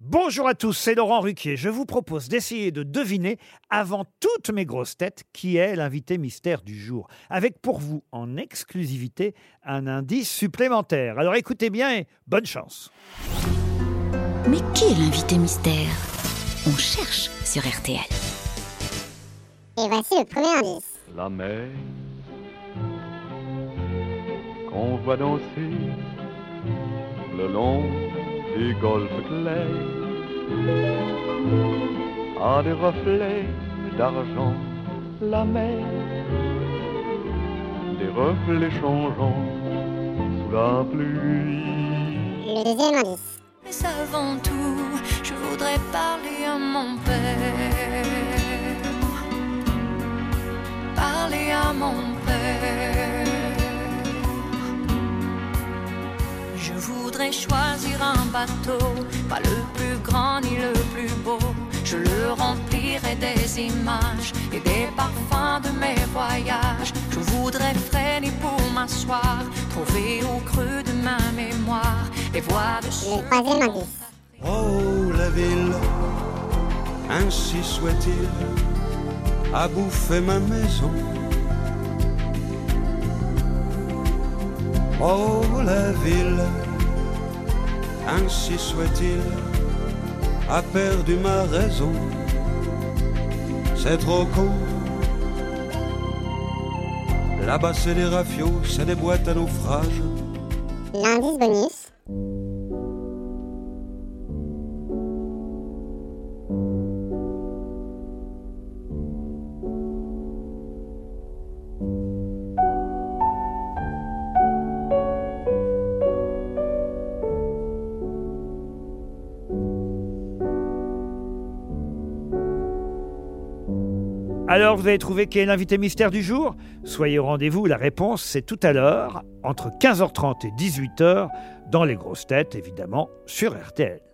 Bonjour à tous, c'est Laurent Ruquier. Je vous propose d'essayer de deviner, avant toutes mes grosses têtes, qui est l'invité mystère du jour. Avec pour vous, en exclusivité, un indice supplémentaire. Alors écoutez bien et bonne chance. Mais qui est l'invité mystère? On cherche sur RTL. Et voici le premier indice. La mer qu'on voit danser le long du golfe clair a des reflets d'argent. La mer, des reflets changeants sous la pluie. Le deuxième indice. Mais avant tout, je voudrais parler à mon père. Parler à mon père. Je voudrais choisir un bateau, pas le plus grand ni le plus beau. Je le remplirai des images et des parfums de mes voyages. Je voudrais freiner pour m'asseoir, trouver au creux de ma mémoire les voix de ce... Le troisième indice. Oh, la ville, ainsi soit-il, a bouffé ma maison. Oh, la ville, ainsi soit-il, a perdu ma raison. C'est trop con. Là-bas c'est des rafios, c'est des boîtes à naufrage. L'indice bonus. Alors, vous avez trouvé qui est l'invité mystère du jour? Soyez au rendez-vous, la réponse c'est tout à l'heure, entre 15h30 et 18h, dans les grosses têtes, évidemment, sur RTL.